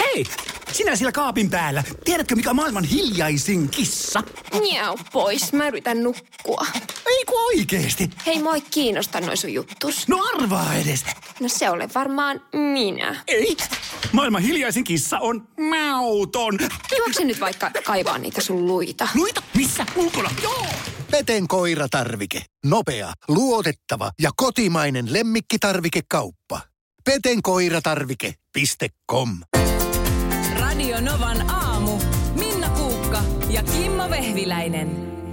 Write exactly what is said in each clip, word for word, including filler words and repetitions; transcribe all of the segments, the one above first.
Hei, sinä siellä kaapin päällä. Tiedätkö, mikä on maailman hiljaisin kissa? Miau pois, mä yritän nukkua. Ei kun oikeesti. Hei, moi kiinnosta noi sun juttus. No arvaa edes. No se ole varmaan minä. Ei. Maailman hiljaisin kissa on mauton. Juokse nyt vaikka kaivaa niitä sun luita. Luita? Missä? Ulkona? Joo. Peten koiratarvike. Nopea, luotettava ja kotimainen lemmikkitarvikekauppa. peten koiratarvike piste com. Radio Novan aamu. Minna Kuukka ja Kimmo Vehviläinen.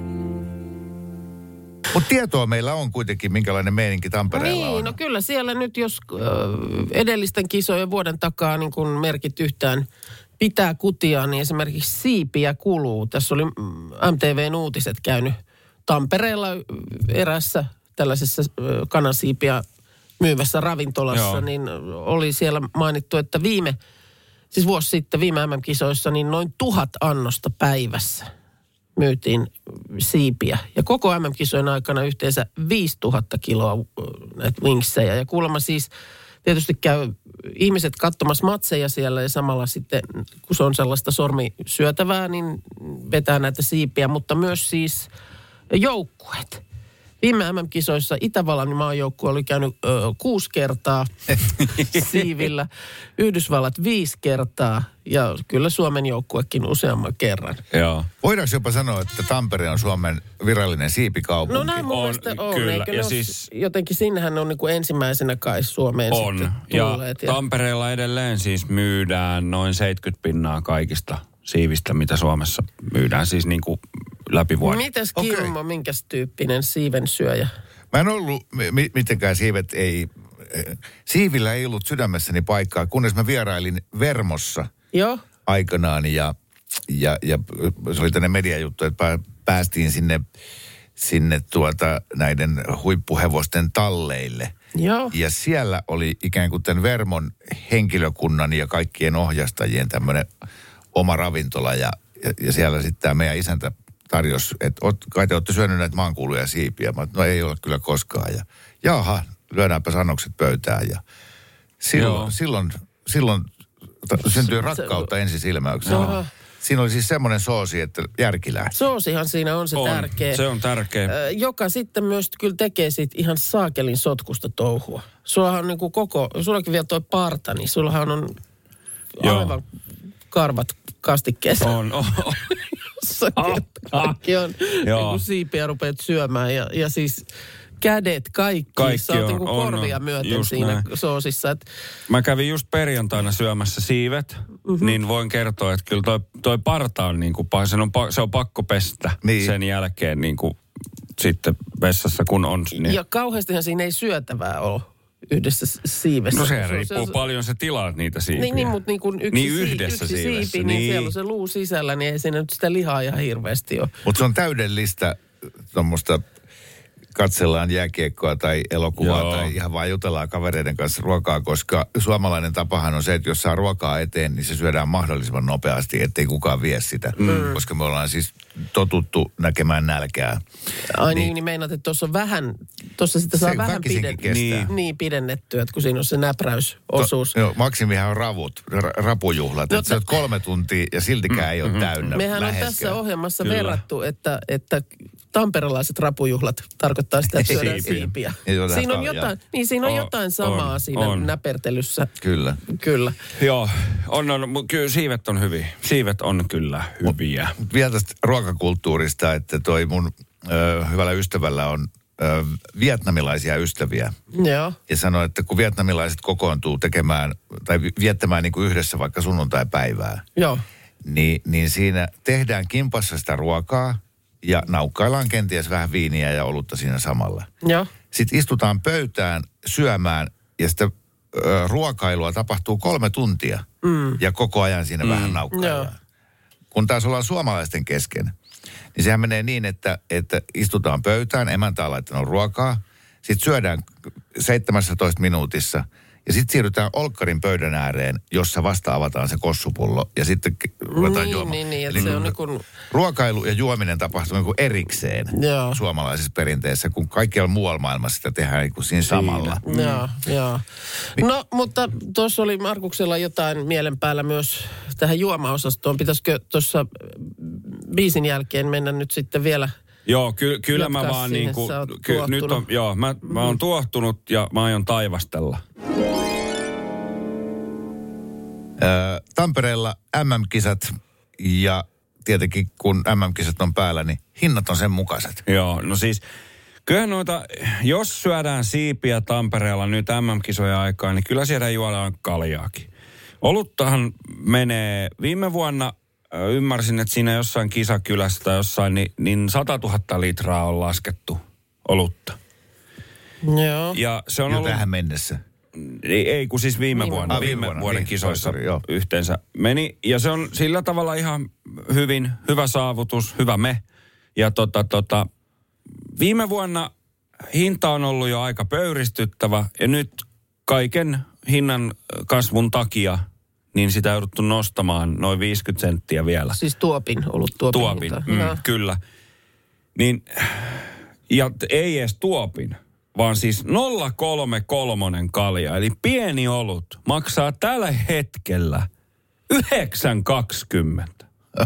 Mutta tietoa meillä on kuitenkin, minkälainen meininki Tampereella niin, on. no kyllä siellä nyt, jos äh, edellisten kisojen vuoden takaa niin kun merkit yhtään pitää kutia, niin esimerkiksi siipiä kuluu. Tässä oli M T V:n uutiset käynyt Tampereella erässä tällaisessa äh, kanansiipiä myyvässä ravintolassa, Joo. niin oli siellä mainittu, että viime, siis vuosi sitten viime M M-kisoissa, niin noin tuhat annosta päivässä myytiin siipiä. Ja koko M M-kisojen aikana yhteensä viisituhatta kiloa näitä wingsejä. Ja kuulemma siis tietysti käy ihmiset katsomassa matseja siellä ja samalla sitten, kun se on sellaista sormisyötävää, niin vetää näitä siipiä, mutta myös siis joukkueet. Viime M M-kisoissa Itävallan maajoukkue oli käynyt ö, kuusi kertaa siivillä, Yhdysvallat viisi kertaa ja kyllä Suomen joukkuekin useamman kerran. Joo. Voidaanko jopa sanoa, että Tampere on Suomen virallinen siipikaupunki? No näin mun mielestä on. Kyllä. Eikö ja siis, jotenkin sinnehän on niin kuin ensimmäisenä kai Suomeen on. sitten tulleet. Ja, ja Tampereella edelleen siis myydään noin seitsemänkymmentä pinnaa kaikista siivistä, mitä Suomessa myydään siis niin kuin läpi vuoden. Mitäs Kimmo, okay. Minkäs tyyppinen siivensyöjä? Mä en ollut mi- mitenkään siivet ei, siivillä ei ollut sydämessäni paikkaa, kunnes mä vierailin Vermossa Joo. aikanaan ja, ja, ja se oli tänne mediajuttu, että päästiin sinne, sinne tuota näiden huippuhevosten talleille. Joo. Ja siellä oli ikään kuin tämän Vermon henkilökunnan ja kaikkien ohjastajien tämmöinen oma ravintola ja, ja, ja siellä sitten tämä meidän isäntä tarjosi, että kai te olette syönyt näitä maankuuluja siipiä. Mä no ei ole kyllä koskaan. Ja jaha, lyödäänpä sanokset pöytään. Ja silloin, silloin, silloin syntyi rakkautta ensisilmäyksellä. No. Siinä oli siis semmoinen soosi, että järki lähti. Soosihan siinä on se on, tärkeä. Se on tärkeä. Joka sitten myös kyllä tekee siitä ihan saakelin sotkusta touhua. Sullahan on niin kuin koko, sullakin vielä toi parta, niin sullahan on Joo. aivan karvat kastikkeessa. On, on. Kaikki on, niin kun siipiä rupeat syömään ja, ja siis kädet, kaikki. Kaikki sä oot on, niin kuin on, korvia myöten siinä näin. Soosissa. Et... Mä kävin just perjantaina syömässä siivet, mm-hmm. niin voin kertoa, että kyllä toi, toi parta on niin kuin, se on, se on pakko pestä niin. sen jälkeen niin kuin sitten vessassa, kun on. Niin. Ja kauheastihan siinä ei syötävää ole. Yhdessä siivessä. No se riippuu se, paljon se tilaat niitä siipiä. Niin, niin mutta niin kuin yksi, niin yhdessä yksi siivessä. siipi, niin, niin siellä on se luu sisällä, niin ei siinä nyt sitä lihaa ihan hirveästi ole. Mutta se on täydellistä tuommoista, katsellaan jääkiekkoa tai elokuvaa Joo. tai ihan vaan jutellaan kavereiden kanssa ruokaa, koska suomalainen tapahan on se, että jos saa ruokaa eteen, niin se syödään mahdollisimman nopeasti, ettei kukaan vie sitä. Mm. Koska me ollaan siis totuttu näkemään nälkää. Ai niin, niin meinaat, että tuossa on vähän, tuossa sitä saa vähän piden, niin, niin pidennettyä, että kun siinä on se näpräysosuus. To, joo, maksimihan on ravut, r- rapujuhlat. No, että sä oot kolme tuntia ja siltikään mm, ei ole mm-hmm. täynnä. Mehän läheskään. On tässä ohjelmassa Kyllä. verrattu, että, että tamperelaiset rapujuhlat tarkoittaa sitä, että syödään siipiä. Siinä on jotain, niin siinä on, on jotain samaa on, siinä on. näpertelyssä. Kyllä. Kyllä. Joo, on, on, kyllä siivet on hyviä. Siivet on kyllä hyviä. Mut vielä tästä ruokakulttuurista, että toi mun ö, hyvällä ystävällä on ö, vietnamilaisia ystäviä. Joo. Ja sanoi, että kun vietnamilaiset kokoontuu tekemään tai viettämään niin kuin yhdessä vaikka sunnuntai-päivää. Joo. Niin, niin siinä tehdään kimpassa sitä ruokaa. Ja naukkaillaan kenties vähän viiniä ja olutta siinä samalla. Joo. Sitten istutaan pöytään syömään ja sitä ö, ruokailua tapahtuu kolme tuntia. Mm. Ja koko ajan siinä mm. vähän naukkaillaan. Joo. Kun taas ollaan suomalaisten kesken, niin sehän menee niin, että, että istutaan pöytään, emäntä on laittanut ruokaa. Sitten syödään seitsemäntoista minuutissa Ja sitten siirrytään olkkarin pöydän ääreen, jossa vasta avataan se kossupullo. Ja sitten ruvetaan niin, juomaan. niin, niin, että Eli se on niin kuin... ruokailu ja juominen tapahtuu niin kuin erikseen Joo. suomalaisessa perinteessä, kun kaikkialla muualla maailmassa sitä tehdään niin kuin siinä samalla. Mm. Joo, joo. No, mutta tuossa oli Markuksella jotain mielen päällä myös tähän juomaosastoon. Pitäisikö tuossa biisin jälkeen mennä nyt sitten vielä... Joo, ky- kyllä mä vaan siihen, niinku, ky- nyt on, joo, mä, mä oon tuohtunut ja mä aion taivastella. Öö, Tampereella äm äm-kisat ja tietenkin kun äm äm-kisat on päällä, niin hinnat on sen mukaiset. Joo, no siis kyllähän noita, jos syödään siipiä Tampereella nyt äm äm-kisojen aikaan, niin kyllä siellä juodaan kaljaakin. Oluttahan menee viime vuonna... Ymmärsin, että siinä jossain kisakylässä tai jossain, niin, niin sata tuhatta litraa on laskettu olutta. Joo. Ja se on jo ollut... tähän mennessä. Ei, ei kun siis viime, viime vuonna, vuonna. viime, Viime vuonna, vuoden niin, kisoissa sorry, joo. yhteensä meni. Ja se on sillä tavalla ihan hyvin, hyvä saavutus, hyvä me. Ja tota, tota, viime vuonna hinta on ollut jo aika pöyristyttävä ja nyt kaiken hinnan kasvun takia niin sitä on jouduttu nostamaan noin viisikymmentä senttiä vielä. Siis tuopin, ollut tuopin. Tuopin, hinta. mm, kyllä. Niin, ja ei edes tuopin, vaan siis nolla kolme kolme kalja, eli pieni olut, maksaa tällä hetkellä yhdeksän kaksikymmentä.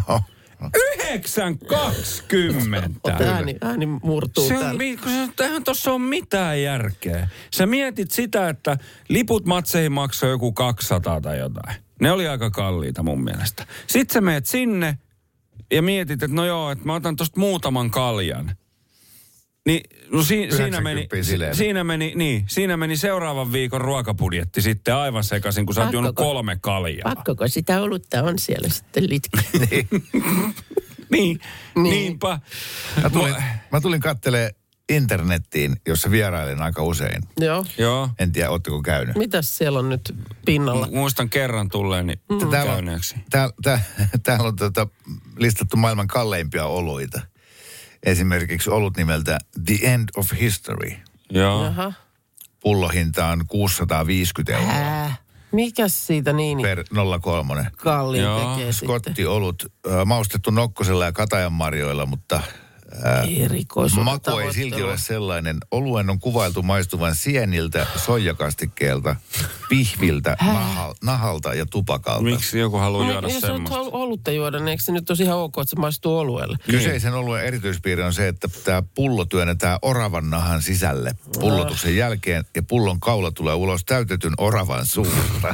yhdeksän kaksikymmentä. Ääni, ääni murtuu Se on, täällä. eihän tuossa ole mitään järkeä. Sä mietit sitä, että liput matseihin maksoi joku kaksisataa tai jotain. Ne oli aika kalliita mun mielestä. Sitten sä meet sinne ja mietit, että no joo, että mä otan tosta muutaman kaljan. Niin, no si, siinä, meni, siinä, meni, niin, siinä meni seuraavan viikon ruokabudjetti sitten aivan sekaisin, kun sä oot juonut kolme kaljaa. Pakkoko sitä olutta on siellä sitten litkä? niin. niin, niinpä. Mä tulin, mä tulin katselemaan internettiin, jossa vierailen aika usein. Joo. Joo. En tiedä, ootteko käynyt. Mitäs siellä on nyt pinnalla? Muistan kerran tulleeni mm. käyneeksi. Täällä, täällä, täällä on tota, listattu maailman kalleimpia oluita. Esimerkiksi olut nimeltä The End of History. Joo. Jaha. Pullohinta on kuusisataaviisikymmentä euroa. Hää? Mikäs siitä niin Per nolla kolme. kalliin tekee sitten? Skottiolut, äh, maustettu nokkosella ja katajanmarjoilla, mutta äh, maku ei silti ole sellainen. Oluen on kuvailtu maistuvan sieniltä, soijakastikkeelta, pihviltä, nahal, nahalta ja tupakalta. Miksi joku haluaa no, juoda jos semmoista? Jos olet olutta juoda, niin eikö se nyt ole ihan ok, että se maistuu oluelle? Kyseisen oluen erityispiirre on se, että tämä pullo työnnetään oravan nahan sisälle pullotuksen jälkeen ja pullon kaula tulee ulos täytetyn oravan suusta.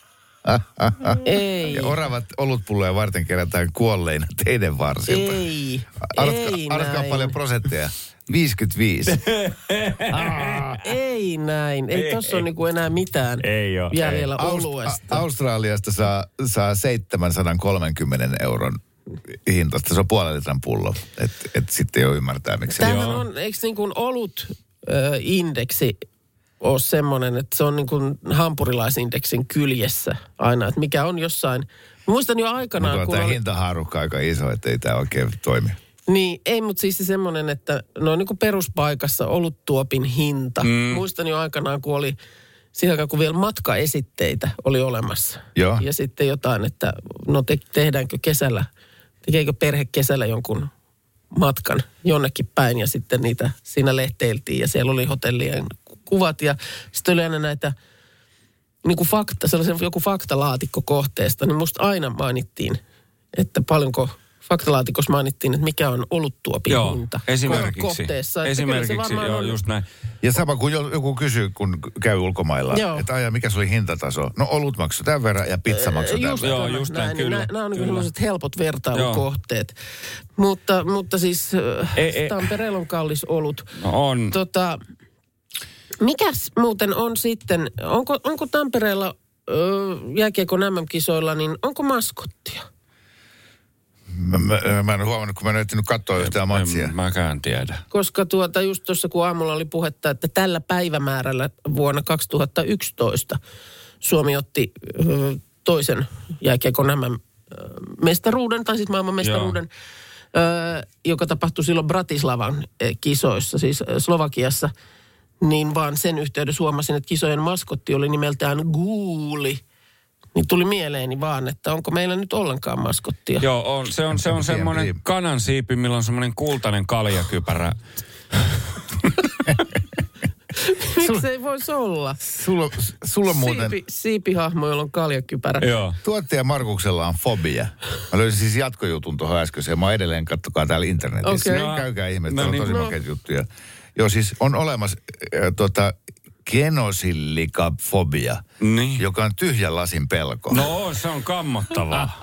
Ei. Ja oravat olutpulloja varten kerätään kuolleina teidän varsilta. Ei. Arvatkaa, ei arvatkaa paljon prosentteja. viisikymmentäviisi. Aa, ei näin. Ei, ei tossa ole niinku enää mitään ei ole, jäljellä ei. oluesta. Aust- Australiasta saa, saa seitsemänsataakolmekymmentä euron hintasta. Se on puolen litran pullo. Että et sitten jo ymmärtää, miksi se Tämähän on, eikö niin kuin olut ö, indeksi ole semmoinen, että se on niin kuin hampurilaisindeksin kyljessä aina, että mikä on jossain. Muistan jo aikanaan, mutta kun tämä oli... hintahaarukka aika iso, että ei tämä oikein toimi. Niin, ei, mutta siis se semmoinen, että no niin kuin peruspaikassa oluttuopin hinta. Mm. Muistan jo aikanaan, kun oli siinä aikaan, kun vielä matkaesitteitä oli olemassa. Joo. Ja sitten jotain, että no te, tehdäänkö kesällä, tekeekö perhe kesällä jonkun matkan jonnekin päin ja sitten niitä siinä lehteiltiin ja siellä oli hotellien kuvat ja sitten oli aina näitä niin kuin fakta, sellaisen joku faktalaatikko kohteesta, niin musta aina mainittiin, että paljonko faktalaatikossa mainittiin, että mikä on oluttuopin joo, hinta esimerkiksi. kohteessa. Esimerkiksi, joo, on... just näin. Ja sama kuin joku kysyy, kun käy ulkomailla, joo. että aja, mikä se oli hintataso? No olut maksoi tämän verran ja pizza maksoi tämän just verran. Joo, just näin, kyllä. Nämä, nämä on niin sellaiset helpot vertailukohteet. Mutta, mutta siis ei, Tampereella on kallis olut. No on. Tota, mikäs muuten on sitten, onko, onko Tampereella jääkiekon äm äm-kisoilla, niin onko maskottia? Mä, mä, mä en huomannut, kun mä en ehtinyt katsoa yhtään matsia. En mäkään tiedä. Koska tuota, just tuossa kun aamulla oli puhetta, että tällä päivämäärällä vuonna kaksituhattayksitoista Suomi otti ö, toisen jääkiekon äm äm-mestaruuden, tai siis maailman mestaruuden, ö, joka tapahtui silloin Bratislavan kisoissa, siis Slovakiassa. niin vaan sen yhteydessä huomasin, että kisojen maskotti oli nimeltään Guuli. Niin tuli mieleeni vaan, että onko meillä nyt ollenkaan maskottia. Joo, on, se on, se on semmoinen kanansiipi, millä on semmoinen kultainen kaljakypärä. Miksi ei voisi olla? Sulla, sulla on muuten... Siipi, siipihahmo, jolla on kaljakypärä. Joo. Tuottaja Markuksella on fobia. Mä löysin siis jatkojutun tuohon äskeiseen. Mä oon edelleen, kattokaa täällä internetissä. Okei. Okay. Käykää ihmettä, No on niin. tosi No. makeita juttuja. Joo, siis on olemassa äh, tota, genosillikafobia, Niin. joka on tyhjän lasin pelko. No, se on kammottavaa.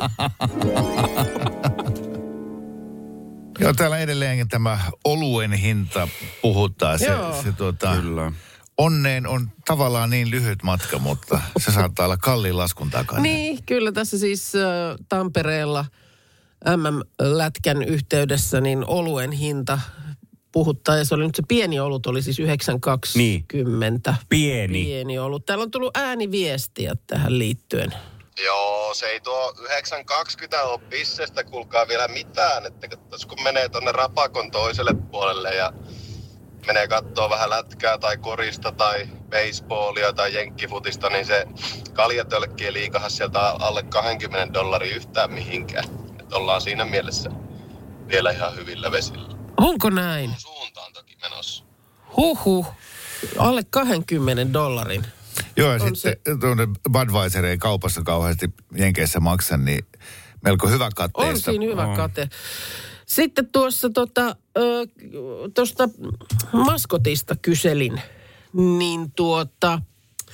Joo, täällä edelleenkin tämä oluen hinta puhuttaa. Se, Joo. se tuota, Kyllä. onneen on tavallaan niin lyhyt matka, mutta se saattaa olla kalliin laskun takana. Niin, kyllä tässä siis äh, Tampereella M M-lätkän yhteydessä niin oluen hinta puhuttaa. Ja se oli nyt se pieni olut, oli siis yhdeksän kaksikymmentä. Niin. Pieni. Pieni olut. Täällä on tullut ääniviestiä tähän liittyen. Joo, se ei tuo yhdeksän kaksikymmentä ole bissestä, kuulkaa vielä mitään. Että katsotaan, kun menee tonne Rapakon toiselle puolelle ja menee kattoo vähän lätkää tai korista tai baseballia tai jenkkifutista, niin se kaljatölkki ei liikaha sieltä alle kaksikymmentä dollaria yhtään mihinkään. Että ollaan siinä mielessä vielä ihan hyvillä vesillä. Onko näin? Suuntaan toki menossa. Huhhuh. Alle kaksikymmentä dollarin. Joo, ja On sitten tuonne Budweiser ei kaupassa kauheasti Jenkeissä maksa, niin melko hyvä On katteesta. siinä hyvä On. kate. Sitten tuossa tota, ö, tuosta maskotista kyselin, niin tuota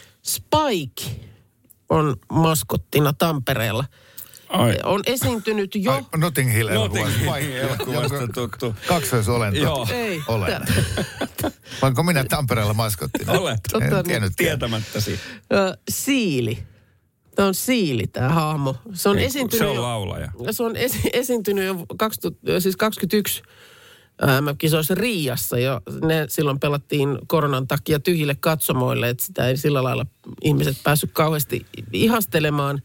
Spike on maskottina Tampereella. Ai. On esiintynyt jo... Ai, Notting Hill Notting elokuva. Hill elokuvasta tuttu. Kaksoisolento. Joo. Ei. Olen. Vanko minä Tampereella maskottina? Olet. Tota, En niin, tiennytkään. Tietämättäsi. Ö, Siili. Tämä on Siili, tämä hahmo. Se on Ei, esiintynyt se on jo... laulaja. Se on esi- esiintynyt jo kaksikymmentä, siis kaksikymmentäyksi M M-kisoissa Riassa ja ne silloin pelattiin koronan takia tyhjille katsomoille, että sitä ei sillä lailla ihmiset päässyt kauheasti ihastelemaan.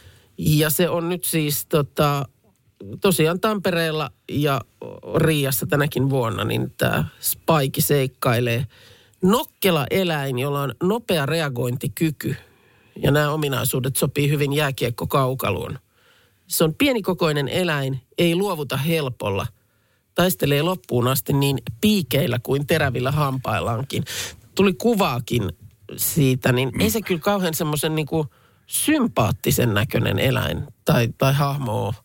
Ja se on nyt siis tota, tosiaan Tampereella ja Riassa tänäkin vuonna, niin tämä Spike seikkailee. Nokkela eläin, jolla on nopea reagointikyky ja nämä ominaisuudet sopii hyvin jääkiekko-kaukaluun. Se on pienikokoinen eläin, ei luovuta helpolla. Taistelee loppuun asti niin piikeillä kuin terävillä hampaillaankin. Tuli kuvaakin siitä, niin mm. ei se kyllä kauhean semmoisen niin kuin sympaattisen näköinen eläin tai, tai hahmo ole.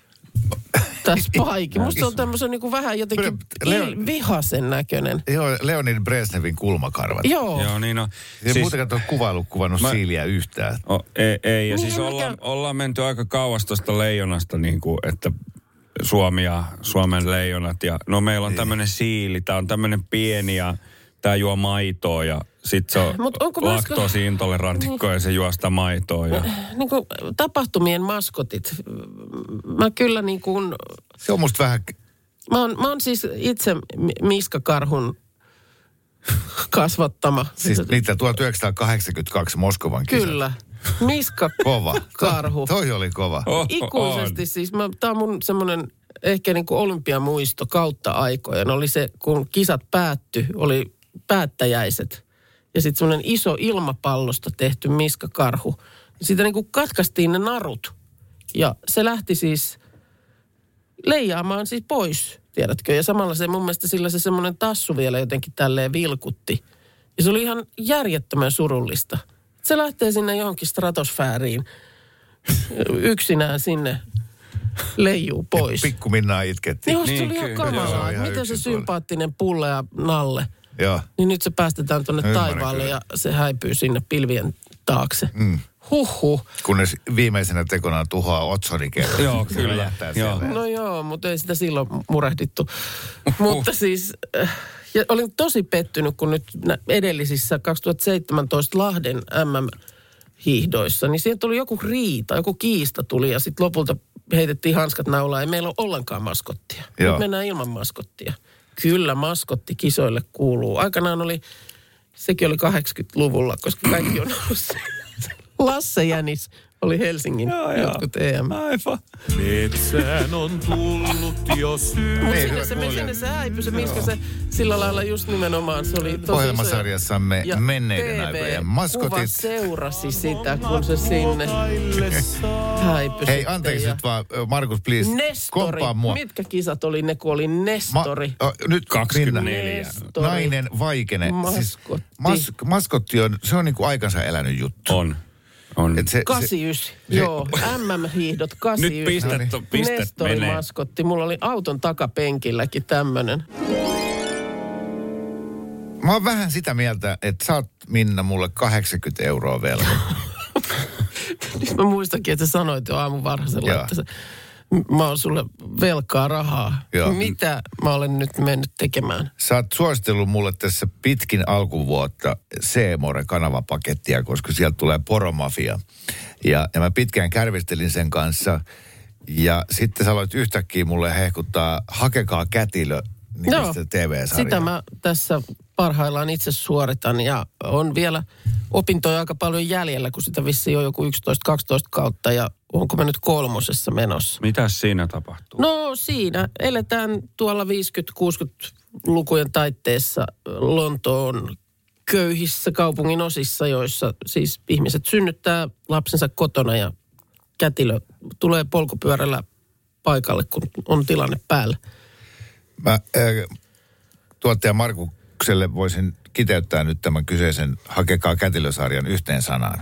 Tai Spike. Musta se on tämmöisen niin kuin vähän jotenkin Leo- vihasen näköinen. Joo, Leonid Brezhnevin kulmakarvat. Joo. Joo, niin on. Ei siis, muutenkaan tuo kuvailu kuvannut Mä- Siiliä yhtään. O, ei, ei, ja Niin, siis mikä- ollaan, ollaan menty aika kauas tuosta leijonasta, niin kuin, että Suomi ja Suomen leijonat. Ja, no meillä on tämmöinen siili, tää on tämmöinen pieni ja tää juo maitoa ja sit se on Mut onko masko- laktoosiintolerantikko ja se juo sitä maitoa. Ja... Niin kuin tapahtumien maskotit. Mä kyllä niin kuin... Se on musta vähän... Mä oon, mä oon siis itse Mi- Miska Karhun kasvattama. Siis niitä tuhatyhdeksänsataakahdeksankymmentäkaksi Moskovan kisat. Kyllä. Miska Kova. Karhu. Toi oli kova. Oh, Ikuisesti on. siis. Mä, tää on mun semmoinen ehkä niin kuin olympiamuisto kautta aikojen. Oli se, kun kisat päättyi, oli päättäjäiset. Ja sitten semmoinen iso ilmapallosta tehty Miska Karhu. Siitä niin kuin katkaistiin ne narut. Ja se lähti siis leijaamaan siis pois, tiedätkö. Ja samalla se mun mielestä sillä se semmoinen tassu vielä jotenkin tälleen vilkutti. Ja se oli ihan järjettömän surullista. Se lähtee sinne johonkin stratosfääriin yksinään sinne leijuu pois. Pikku Minnaa itkettiin. Niin, Niin, se oli ihan kyllä. kamalaa. Joo, ihan Miten se yksin tuolla. sympaattinen Pulle ja Nalle, Joo. niin nyt se päästetään tuonne Ymmärrän taivaalle kyllä. ja se häipyy sinne pilvien taakse. Mm. Huhhuh. Kunnes viimeisenä tekonaan tuhoaa otsonikerran. Joo, Se kyllä. räjähtää Joo. siellä. No joo, mutta ei sitä silloin murehdittu. Mutta siis, äh, ja olin tosi pettynyt, kun nyt nä- edellisissä kaksituhattaseitsemäntoista Lahden M M-hiihdoissa, niin sieltä tuli joku riita, joku kiista tuli ja sitten lopulta heitettiin hanskat naulaan. Ei meillä ole ollenkaan maskottia. Joo. Nyt mennään ilman maskottia. Kyllä maskotti kisoille kuuluu. Aikanaan oli, sekin oli kahdeksankymmentäluvulla, koska kaikki on ollut se. Lasse Jänis oli Helsingin Joo, jotkut E M. Aivan. Metsään on tullut jo syy. Mutta sinne se, sinne se häipyi, se missä se sillä lailla just nimenomaan, se oli tosi ohjelmasarjassamme menneiden aikojen maskotit. Kuva seurasi sitä, kun se sinne häipyi. Hei, anteeksi nyt vaan, Markus, please, Nestori. komppaa mua. Mitkä kisat oli ne, kun oli Nestori? Ma, oh, nyt kaksikymmentäneljä. Nestori. Nainen Vaikene. Maskotti. Siis, mas, maskotti on, se on niin kuin aikansa elänyt juttu. On. On. Et se, kahdeksankymmentäyhdeksän, se, joo. M M-hiihdot kahdeksankymmentäyhdeksän. Nyt pistet, pistet Nestori menee. maskotti. Mulla oli auton takapenkilläkin tämmönen. Mä oon vähän sitä mieltä, että sä oot, Minna, mulle kahdeksankymmentä euroa velka. Nyt mä muistakin, että sä sanoit jo aamun varhaisella, Joo. että sä, mä oon sulle velkaa rahaa. Joo. Mitä mä olen nyt mennyt tekemään? Sä oot suositellut mulle tässä pitkin alkuvuotta C-More-kanavapakettia, koska sieltä tulee Poromafia. Ja, ja mä pitkään kärvistelin sen kanssa. Ja sitten sä aloit yhtäkkiä mulle hehkuttaa Hakekaa kätilö nimistä T V-sarjaa. Sitä mä tässä parhaillaan itse suoritan ja on vielä opintoja aika paljon jäljellä, kun sitä vissiin on joku yksitoista kaksitoista kautta ja onko mä nyt kolmosessa menossa. Mitäs siinä tapahtuu? No siinä eletään tuolla viisikymmentä-kuusikymmentä-lukujen taitteessa Lontoon köyhissä kaupungin osissa, joissa siis ihmiset synnyttää lapsensa kotona ja kätilö tulee polkupyörällä paikalle, kun on tilanne päällä. Mä äh, tuottaja Markukselle voisin kiteyttää nyt tämän kyseisen Hakekaa kätilösarjan yhteen sanaan.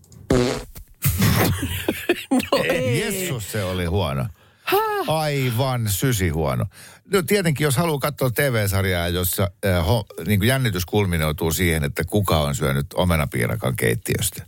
No ei. Jessus, se oli huono. Aivan sysi huono. No tietenkin, jos haluaa katsoa T V-sarjaa, jossa äh, ho, niin kuin jännitys kulminoituu siihen, että kuka on syönyt omenapiirakan keittiöstä.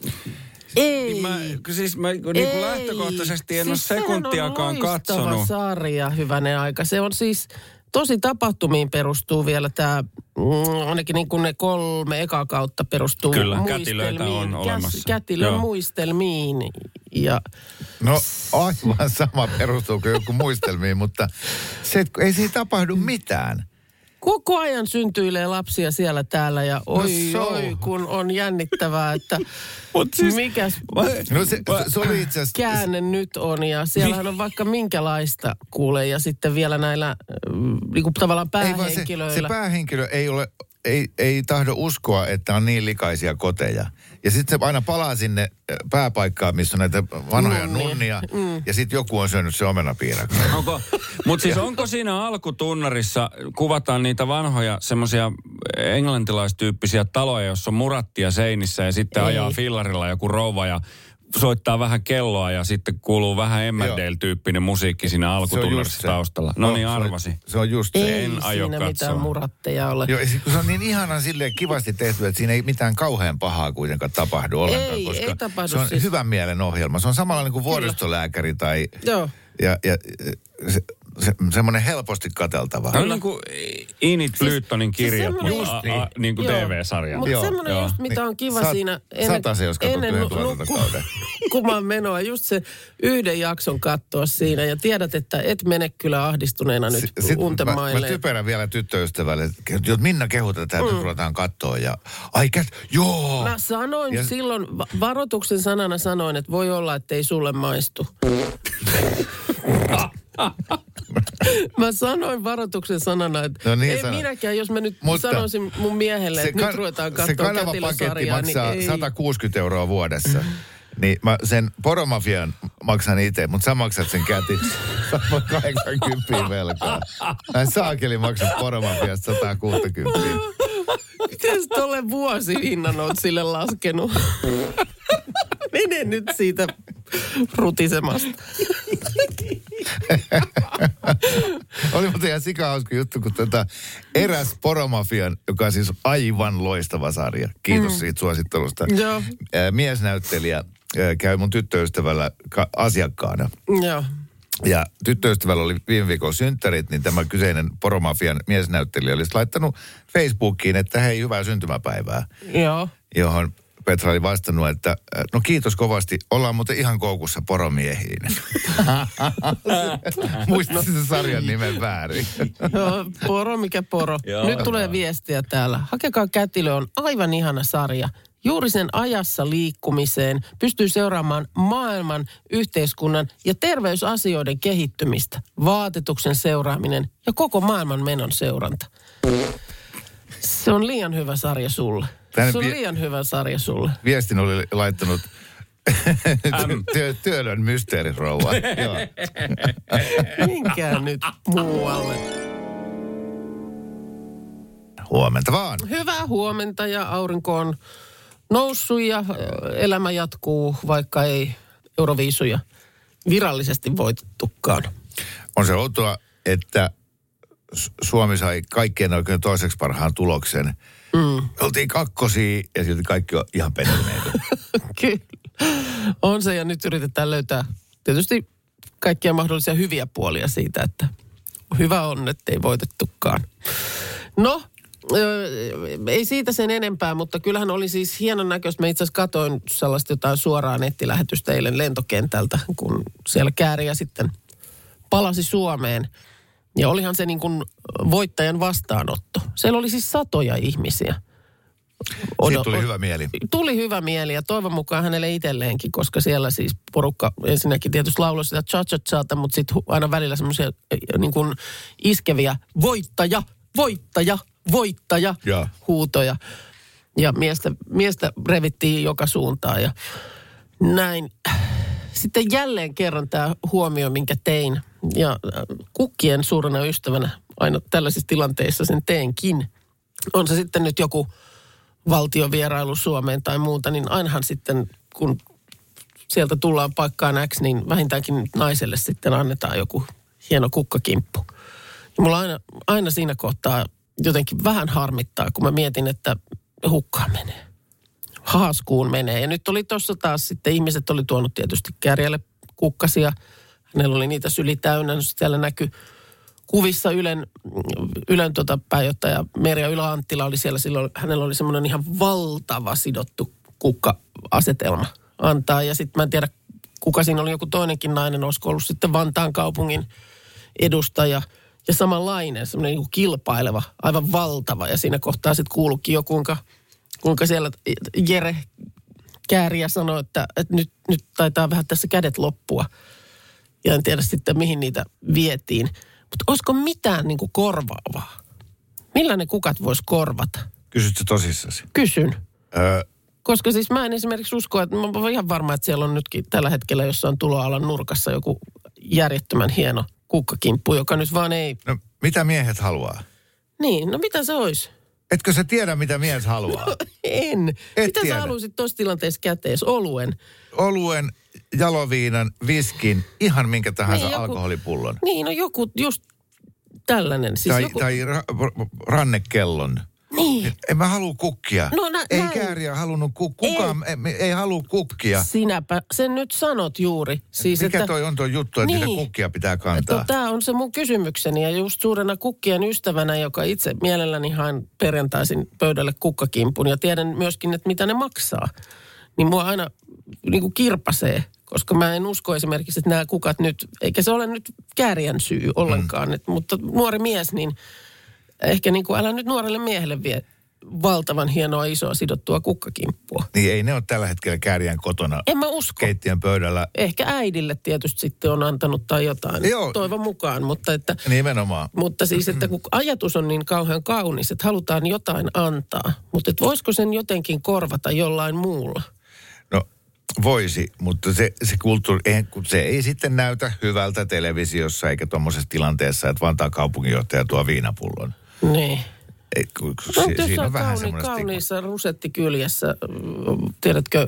Ei. Mä, siis mä niin kuin lähtökohtaisesti en siis ole sekuntiakaan sehän on loistava katsonut. sarja, hyvänen aika. Se on siis tosi tapahtumiin perustuu vielä tämä, mm, ainakin niin kuin ne kolme ekaa kautta perustuu Kyllä, muistelmiin. kätilöitä on olemassa. Käs, kätilön Joo. muistelmiin. Ja No aivan sama perustuu kuin joku muistelmiin, mutta se, että ei siinä tapahdu mitään. koko ajan syntyilee lapsia siellä täällä ja oi No, oi, kun on jännittävää, että siis, mikäs No se, se oli itse asiassa... käänne nyt on ja siellähän on vaikka minkälaista kuulee ja sitten vielä näillä niin kuin tavallaan Ei vaan se, päähenkilöillä. se päähenkilö ei ole, ei, ei tahdo uskoa, että on niin likaisia koteja. Ja sitten se aina palaa sinne pääpaikkaan, missä on näitä vanhoja Nunnia. nunnia. Mm. Ja sitten joku on syönyt se omenapiirakka. Onko, mutta siis onko siinä alkutunnarissa, kuvataan niitä vanhoja semmoisia englantilaistyyppisiä taloja, jossa on murattia seinissä ja sitten Ei. ajaa fillarilla joku rouva ja soittaa vähän kelloa ja sitten kuuluu vähän Emmerdale-tyyppinen musiikki siinä alkutunnarissa taustalla. No niin, arvasi. Se, se on just se. Ei en aio siinä katsoa. mitään muratteja ole. Joo, kun se on niin ihanan silleen kivasti tehty, että siinä ei mitään kauhean pahaa kuitenkaan tapahdu ollenkaan. Ei, koska ei tapahdu se on siis. hyvän mielen ohjelma. Se on samanlainen kuin vuoristolääkäri tai... Joo. Ja, ja se, se, semmoinen helposti katseltava. Tämä on niin kuin Enid Blytonin kirjat, semmoinen- mutta Just a, a, niin kuin Joo. T V-sarja. Mutta Joo, semmoinen joo. just, mitä on kiva Sat- siinä satasen, jos katsot yhden nu- tuotantokauden. nukkumaan menoa, just se yhden jakson katsoa siinä ja tiedät, että et mene kyllä ahdistuneena nyt Sitten mä, mä untemaille. typerän vielä tyttöystävälle, että Minna kehu tätä, että mm. ruvetaan katsoa ja... Ai kät, joo! Mä sanoin Ja- silloin, va- varoituksen sanana sanoin, että voi olla, että ei sulle maistu. Mä sanoin varoituksen sanana, että No niin ei sano. minäkään, jos mä nyt Mutta sanoisin mun miehelle, että nyt ruvetaan se katsoa kanavapaketti kätilösarjaa, niin maksaa ei. sata kuusikymmentä euroa vuodessa. Niin mä sen poromafian maksan itse, mutta sä maksat sen kätin. Sä oot kahdeksankymmentä velkaa. Mä en saakeli maksa poromafiasta sata kuusikymmentä. Miten sä tolle vuosihinnan oot sille laskenut? Mene nyt siitä rutisemasta. Oli muuten ihan sikahauska juttu, kun tätä eräs poromafian, joka on siis aivan loistava sarja. Kiitos mm. siitä suosittelusta. Joo. Ää, miesnäyttelijä ää, käy mun tyttöystävällä ka- asiakkaana. Joo. Ja tyttöystävällä oli viime viikon synttärit, niin tämä kyseinen poromafian miesnäyttelijä olisi laittanut Facebookiin, että hei, hyvää syntymäpäivää. Joo. Johon Petra oli vastannut, että no kiitos kovasti, ollaan muuten ihan koukussa poromiehiin. Muistasin sen sarjan nimen väärin. Joo, poro mikä poro. Joo. Nyt tulee viestiä täällä. Hakekaa kätilö on aivan ihana sarja. juuri sen ajassa liikkumiseen, pystyy seuraamaan maailman, yhteiskunnan ja terveysasioiden kehittymistä, vaatetuksen seuraaminen ja koko maailman menon seuranta. Se on liian hyvä sarja sulle. Tänne Se on vi- liian hyvä sarja sulle. Viestin oli laittanut työ, Työlön mysteerirouva. Joo. Minkään nyt muualle. Huomenta vaan. Hyvää huomenta ja aurinko on noussut ja elämä jatkuu, vaikka ei Euroviisuja virallisesti voitettukaan. On se outoa, että Suomi sai kaikkien oikein toiseksi parhaan tuloksen. Mm. Me oltiin kakkosia ja silti kaikki on ihan pettyneitä. Kyllä. On se ja nyt yritetään löytää tietysti kaikkia mahdollisia hyviä puolia siitä, että hyvä on, että ei voitettukaan. No, ei siitä sen enempää, mutta kyllähän oli siis hienon näköistä. Mä itse asiassa katoin sellaista jotain suoraa nettilähetystä eilen lentokentältä, kun siellä Kääriä sitten palasi Suomeen. Ja olihan se niin kuin voittajan vastaanotto. Siellä oli siis satoja ihmisiä. Siitä tuli hyvä mieli. Tuli hyvä mieli ja toivon mukaan hänelle itselleenkin, koska siellä siis porukka ensinnäkin tietysti lauloi sitä cha-cha-chata, mutta sitten aina välillä semmoisia niin kuin iskeviä voittaja, voittaja, voittaja ja huutoja. Ja miestä, miestä revittiin joka suuntaan ja näin. Sitten jälleen kerran tämä huomio, minkä tein. Ja kukkien suurena ystävänä aina tällaisissa tilanteissa sen teenkin. On se sitten nyt joku valtiovierailu Suomeen tai muuta, niin ainahan sitten, kun sieltä tullaan paikkaan X, niin vähintäänkin naiselle sitten annetaan joku hieno kukkakimppu. Ja mulla aina, aina siinä kohtaa jotenkin vähän harmittaa, kun mä mietin, että hukkaan menee. Haaskuun menee. Ja nyt oli tuossa taas sitten, ihmiset oli tuonut tietysti Kääriälle kukkasia. Hänellä oli niitä syli täynnä. Siellä näkyi kuvissa Ylen, Ylen tota pääjohtaja Merja Ylä-Anttila oli siellä silloin. Hänellä oli semmoinen ihan valtava sidottu kukka-asetelma antaa. Ja sitten mä en tiedä, kuka siinä oli, joku toinenkin nainen, olisiko ollut sitten Vantaan kaupungin edustaja. Ja samanlainen, semmoinen niin kuin kilpaileva, aivan valtava. Ja siinä kohtaa sitten kuulukin jo, kuinka, kuinka siellä Jere Kääriä sanoi, että, että nyt, nyt taitaa vähän tässä kädet loppua. Ja en tiedä sitten, mihin niitä vietiin. Mutta olisiko mitään niin kuin korvaavaa? Millä ne kukat vois korvata? Kysytkö tosissasi? Kysyn. Öö. Koska siis mä en esimerkiksi usko, että mä olen ihan varma, että siellä on nytkin tällä hetkellä jossain tuloalan nurkassa joku järjettömän hieno kukkakimppu, joka nyt vaan ei... No, mitä miehet haluaa? Niin, no mitä se olisi? Etkö sä tiedä, mitä mies haluaa? En. Et mitä tiedä. Sä haluaisit tuossa tilanteessa kätees? Oluen? Oluen, jaloviinan, viskin, ihan minkä tahansa niin, joku, alkoholipullon. Niin, no joku just tällainen. Siis tai joku... tai ra- rannekellon. Niin. En mä halua kukkia. No nä- ei näin. Kääriä halunnut kukkia. Kukaan ei, ei halua kukkia. Sinäpä sen nyt sanot juuri. Siis, mikä että, toi on tuo juttu, että niin, niitä kukkia pitää kantaa? No, tämä on se mun kysymykseni. Ja just suurena kukkien ystävänä, joka itse mielelläni haen perjantaisin pöydälle kukkakimpun. Ja tiedän myöskin, että mitä ne maksaa. Niin mua aina niin kuin kirpasee. Koska mä en usko esimerkiksi, että nämä kukat nyt, eikä se ole nyt Kääriän syy ollenkaan. Mm. Et, mutta nuori mies, niin ehkä niin kuin älä nyt nuorelle miehelle vie valtavan hienoa, isoa, sidottua kukkakimppua. Niin ei ne ole tällä hetkellä Kääriän kotona. En mä usko. Keittiön pöydällä. Ehkä äidille tietysti sitten on antanut tai jotain. Joo. Toivon mukaan, mutta että... Nimenomaan. Mutta siis, että kun ajatus on niin kauhean kaunis, että halutaan jotain antaa. Mutta että voisiko sen jotenkin korvata jollain muulla? No voisi, mutta se, se kulttuuri, eihän, kun se ei sitten näytä hyvältä televisiossa eikä tuommoisessa tilanteessa, että Vantaan kaupunginjohtaja tuo viinapullon. Niin. Ei, kun, No, si, jos siinä on on vähän kauni, semmoista... kauniissa rusettikyljessä, tiedätkö,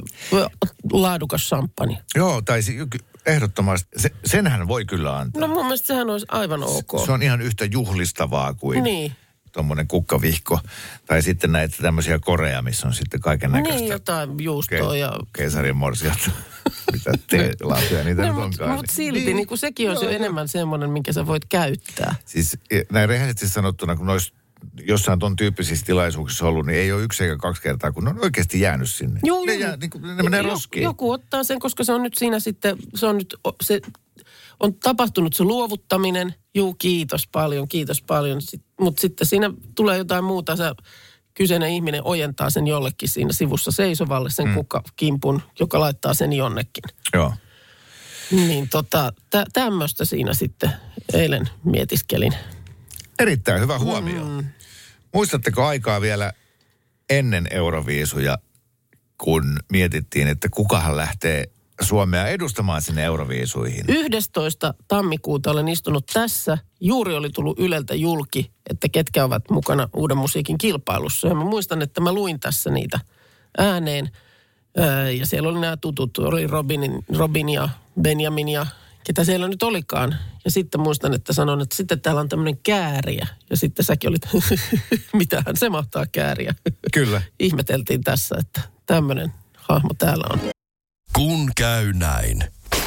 laadukas samppani. Joo, tai si, ehdottomasti. Se, senhän voi kyllä antaa. No mun mielestä sehän olisi aivan ok. Se, se on ihan yhtä juhlistavaa kuin niin. tuommoinen kukkavihko. Tai sitten näitä tämmöisiä koreja, missä on sitten kaiken näköistä. Niin, jotain juustoa ke, ja... Keisarin morsijat. Mitä te-laatuja niitä no, nyt mutta onkaan. mut silti, niin, niin kuin sekin on no, jo enemmän semmoinen, minkä sä voit käyttää. Siis näin rehellisesti sanottuna, kun noissa jossain ton tyyppisissä tilaisuuksissa ollut, niin ei ole yksi eikä kaksi kertaa, kun ne on oikeasti jäänyt sinne. Joo, ne, joo. jää, niin kuin, ne menee roskiin. Joku ottaa sen, koska se on nyt siinä sitten, se on nyt, se on tapahtunut se luovuttaminen. Juu, kiitos paljon, kiitos paljon. Mutta sitten siinä tulee jotain muuta. Sä kyseinen ihminen ojentaa sen jollekin siinä sivussa seisovalle, sen mm. kukkakimpun, joka laittaa sen jonnekin. Joo. Niin tota, tä, tämmöistä siinä sitten eilen mietiskelin. Erittäin hyvä huomio. Mm. Muistatteko aikaa vielä ennen Euroviisuja, kun mietittiin, että kukahan lähtee Suomea edustamaan sinne Euroviisuihin? yhdestoista tammikuuta olen istunut tässä. Juuri oli tullut Yleltä julki, että ketkä ovat mukana Uuden musiikin kilpailussa. Ja mä muistan, että mä luin tässä niitä ääneen. Ja siellä oli nämä tutut, oli Robin, Robin ja Benjamin ja ketä siellä nyt olikaan. Ja sitten muistan, että sanon, että sitten täällä on tämmöinen kääriä. Ja sitten säkin olit, mitähän se mahtaa kääriä. Kyllä. Ihmeteltiin tässä, että tämmöinen hahmo täällä on. Kun käy näin.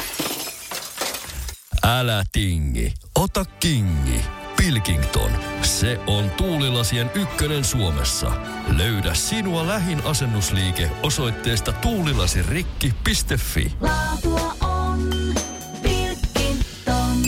Älä tingi, ota kingi. Pilkington, se on tuulilasien ykkönen Suomessa. Löydä sinua lähin asennusliike osoitteesta tuulilasirikki piste fi. Laatua on Pilkington.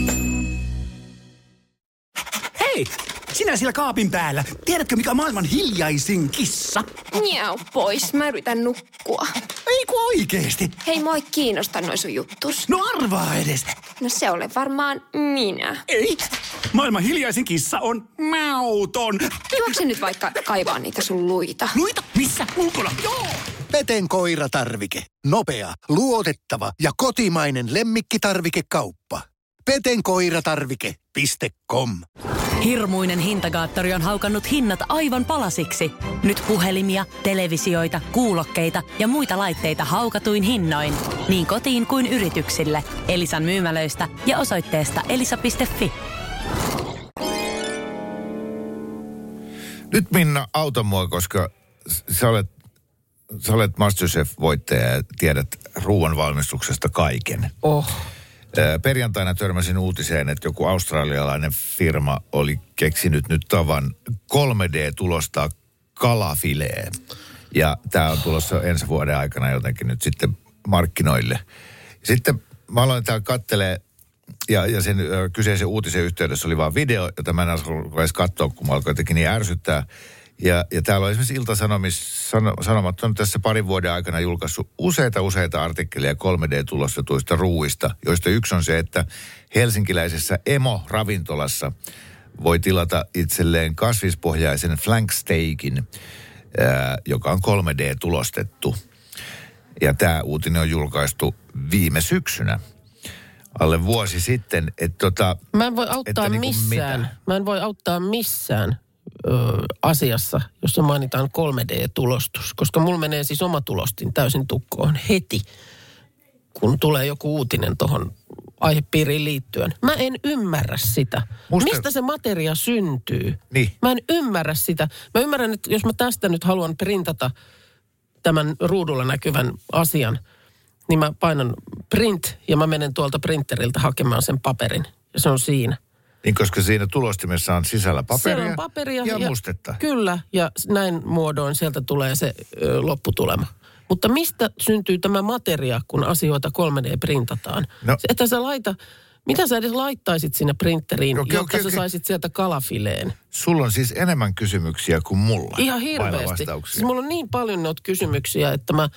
Hei, sinä siellä kaapin päällä. Tiedätkö, mikä on maailman hiljaisin kissa? Miau pois, mä yritän nukkua. Ei kun oikeesti. Hei, moi kiinnosta noi sun juttus. No arvaa edes. No se olen varmaan minä. Ei, maailman hiljaisin kissa on mauton. Juokse nyt vaikka kaivaa niitä sun luita. Luita? Missä? Ulkona? Joo! Peten koiratarvike. Nopea, luotettava ja kotimainen lemmikkitarvikekauppa. peten koiratarvike piste com. Hirmuinen hintakaattori on haukannut hinnat aivan palasiksi. Nyt puhelimia, televisioita, kuulokkeita ja muita laitteita haukatuin hinnoin. Niin kotiin kuin yrityksille. Elisan myymälöistä ja osoitteesta elisa piste fi. Nyt Minna, auta mua, koska sä olet, sä olet MasterChef-voittaja ja tiedät ruoan valmistuksesta kaiken. Oh. Perjantaina törmäsin uutiseen, että joku australialainen firma oli keksinyt nyt tavan kolme D-tulostaa kalafileen. Ja tämä on tulossa ensi vuoden aikana jotenkin nyt sitten markkinoille. Sitten mä aloin täällä kattelee, ja, ja sen ö, kyseisen uutisen yhteydessä oli vaan video, jota mä en alkanut edes katsoa, kun mä alkoin jotenkin niin ärsyttää. Ja, ja täällä on esimerkiksi Ilta-Sanomis, sano, Sanomat on tässä parin vuoden aikana julkaissut useita useita artikkeleja kolme D-tulostetuista ruuista, joista yksi on se, että helsinkiläisessä Emo-ravintolassa voi tilata itselleen kasvispohjaisen flanksteikin, ää, joka on kolme D-tulostettu. Ja tämä uutinen on julkaistu viime syksynä, alle vuosi sitten. Et tota, Mä en voi auttaa niin missään. mitä? Mä en voi auttaa missään ö, asiassa, jossa mainitaan kolme D-tulostus. Koska mulla menee siis oma tulostin täysin tukkoon heti, kun tulee joku uutinen tuohon aihepiiriin liittyen. Mä en ymmärrä sitä. Musta... Mistä se materia syntyy? Niin. Mä en ymmärrä sitä. Mä ymmärrän, että jos mä tästä nyt haluan printata tämän ruudulla näkyvän asian, niin mä painan print ja mä menen tuolta printeriltä hakemaan sen paperin. Ja se on siinä. Niin, koska siinä tulostimessa on sisällä paperia, Siellä on paperia ja, ja mustetta. Kyllä, ja näin muodoin sieltä tulee se ö, lopputulema. Mutta mistä syntyy tämä materia, kun asioita kolme D-printataan? No. Että sä laita, mitä sä edes laittaisit sinne printeriin, Okei, jotta okei, sä okei. saisit sieltä kalafileen? Sulla on siis enemmän kysymyksiä kuin mulla. Ihan vailla hirveästi. vastauksia. Siis mulla on niin paljon noita kysymyksiä, että mä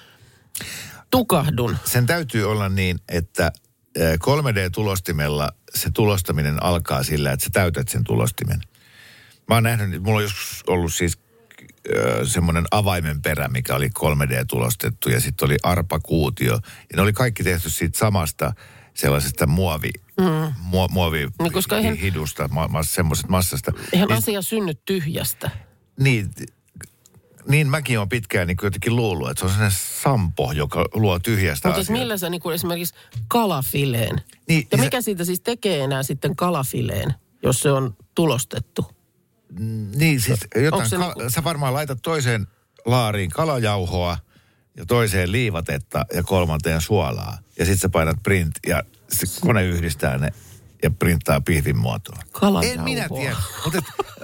tukahdun. Sen täytyy olla niin, että kolme D-tulostimella se tulostaminen alkaa sillä, että sä täytät sen tulostimen. Mä oon nähnyt, mulla on joskus ollut siis äh, semmoinen avaimenperä, mikä oli kolme D-tulostettu ja sitten oli arpakuutio. Ja ne oli kaikki tehty siitä samasta sellaisesta muovi, mm. muo, muovi niin, koska eihän, hidusta, ma, ma, semmoisesta massasta. Eihän niin, asia synny tyhjästä. Niin, niin mäkin olen pitkään niin jotenkin luullut, että se on sellainen sampo, joka luo tyhjästä Mutta asiaa. millä sä niin kuin esimerkiksi kalafileen? Niin, ja se- mikä siitä siis tekee enää sitten kalafileen, jos se on tulostettu? Niin, siis jotain, se kal- niinku- sä varmaan laitat toiseen laariin kalajauhoa ja toiseen liivatetta ja kolmanteen suolaa. Ja sit sä painat print ja se kone yhdistää ne ja printtaa pihvin muotoon. Kalajauhoa. En minä tiedä, mutta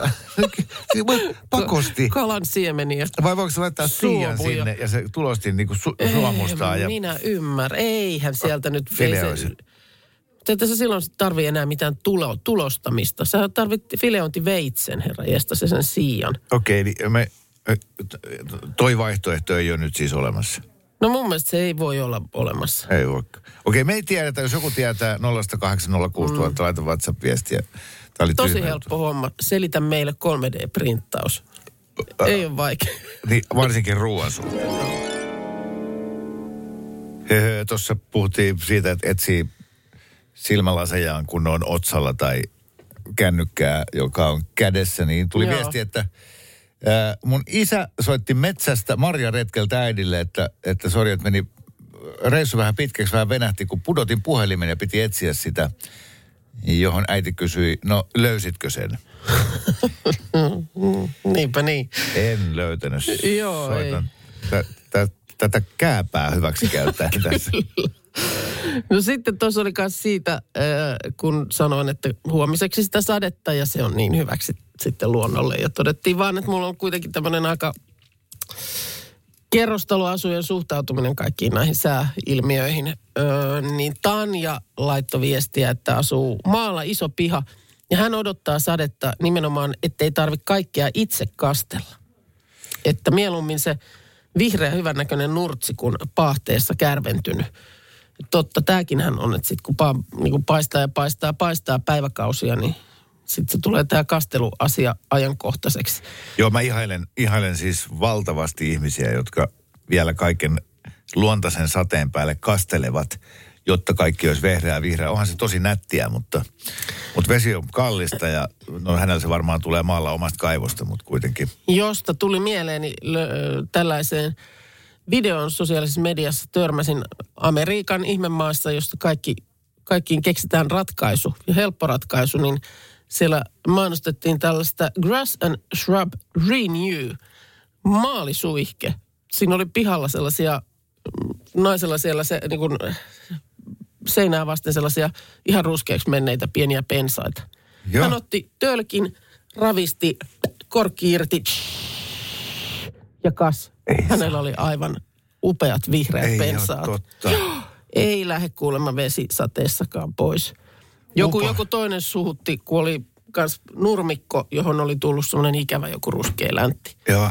et, pakosti. Kalan siemeniä. Vai voiko sä laittaa siian Suovuja. sinne ja se tulostin niinku su- suomustaa? En Ja minä ymmärrän. Eihän sieltä nyt... fileoisi. Että sä silloin tarvii enää mitään tulo, tulostamista. Sä tarvit fileointiveitsen, herra jästä, se sen siian. Okei, niin me toi vaihtoehto ei ole nyt siis olemassa. No mun mielestä se ei voi olla olemassa. Ei voi. Okei, me ei tiedetä, jos joku tietää nolla kahdeksan nolla kuusi nolla nolla nolla, mm. laita WhatsApp-viestiä. Tämä oli tosi helppo homma. Selitä meille kolme D-printtaus. Äh, ei ole vaikea. Niin, varsinkin ruoan suhteen. Tuossa puhuttiin siitä, että etsii silmälasejaan, kun on otsalla tai kännykkää, joka on kädessä, niin tuli Joo. viesti, että ää, mun isä soitti metsästä marjaretkeltä äidille, että, että sori, että meni reissu vähän pitkäksi, vähän venähti, kun pudotin puhelimen ja piti etsiä sitä, johon äiti kysyi, no löysitkö sen? Niinpä niin. En löytänyt. Joo, Soitan tä, tä, tätä kääpää hyväksi käyttää tässä. No sitten tuossa oli myös siitä, kun sanoin, että huomiseksi sitä sadetta ja se on niin hyväksi sitten luonnolle. Ja todettiin vaan, että mulla on kuitenkin tämmöinen aika kerrostaloasujen suhtautuminen kaikkiin näihin sääilmiöihin. Öö, niin Tanja laittoi viestiä, että asuu maalla iso piha ja hän odottaa sadetta nimenomaan, ettei tarvitse kaikkea itse kastella. Että mieluummin se vihreä hyvännäköinen nurtsi kuin paahteessa kärventynyt. Totta, tämäkinhän on, että sitten kun pa, niin paistaa ja paistaa ja paistaa päiväkausia, niin sitten se tulee tämä kasteluasia ajankohtaiseksi. Joo, mä ihailen, ihailen siis valtavasti ihmisiä, jotka vielä kaiken luontaisen sateen päälle kastelevat, jotta kaikki olisi vehreää vihreää. Onhan se tosi nättiä, mutta, mutta vesi on kallista ja no hänellä se varmaan tulee maalla omasta kaivosta, mutta kuitenkin. Josta tuli mieleeni lö, tällaiseen videon sosiaalisessa mediassa törmäsin Amerikan ihmemaassa, josta kaikki, kaikkiin keksitään ratkaisu ja helppo ratkaisu, niin siellä mainostettiin tällaista Grass and Shrub Renew maalisuihke. Siinä oli pihalla sellaisia, naisella siellä se, niin kuin seinää vasten sellaisia ihan ruskeaksi menneitä pieniä pensaita. Joo. Hän otti tölkin, ravisti, korkki irti ja kas. Ei Hänellä saa. Oli aivan upeat vihreät ei pensaat. Totta. Ei lähde kuulemma vesisateessakaan pois. Joku, joku toinen suhutti, kun oli kans nurmikko, johon oli tullut semmoinen ikävä joku ruskea läntti. Joo.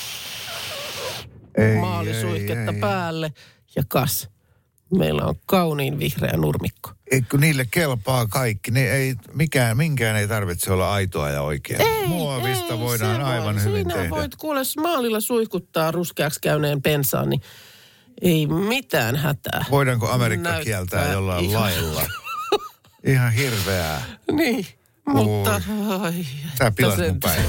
Maalisuihketta päälle ja kas. Meillä on kauniin vihreä nurmikko. Eikö niille kelpaa kaikki? Ne ei, mikään, minkään ei tarvitse olla aitoa ja oikeaa. Ei, muovista ei, voidaan aivan voi, hyvin siinä tehdä. Voit kuule maalilla suihkuttaa ruskeaksi käyneen pensaan, niin ei mitään hätää. Voidaanko Amerikka Näyttää kieltää jollain ihan lailla? Ihan hirveää. Niin, mutta... Ai, tää pilasi mun päin.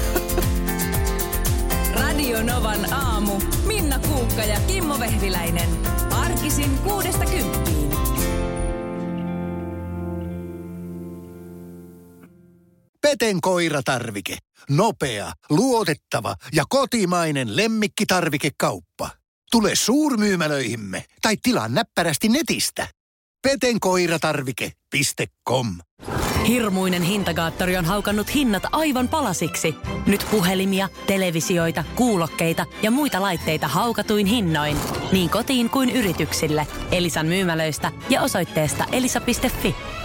Radio Novan aamu. Minna Kuukka ja Kimmo Vehviläinen. Arkisin kuudesta kymppiin. Peten koiratarvike. Nopea, luotettava ja kotimainen lemmikkitarvikekauppa. Tule suurmyymälöihimme tai tilaa näppärästi netistä. peten koiratarvike piste com. Hirmuinen hintakaattori on haukannut hinnat aivan palasiksi. Nyt puhelimia, televisioita, kuulokkeita ja muita laitteita haukatuin hinnoin. Niin kotiin kuin yrityksille. Elisan myymälöistä ja osoitteesta elisa piste fi.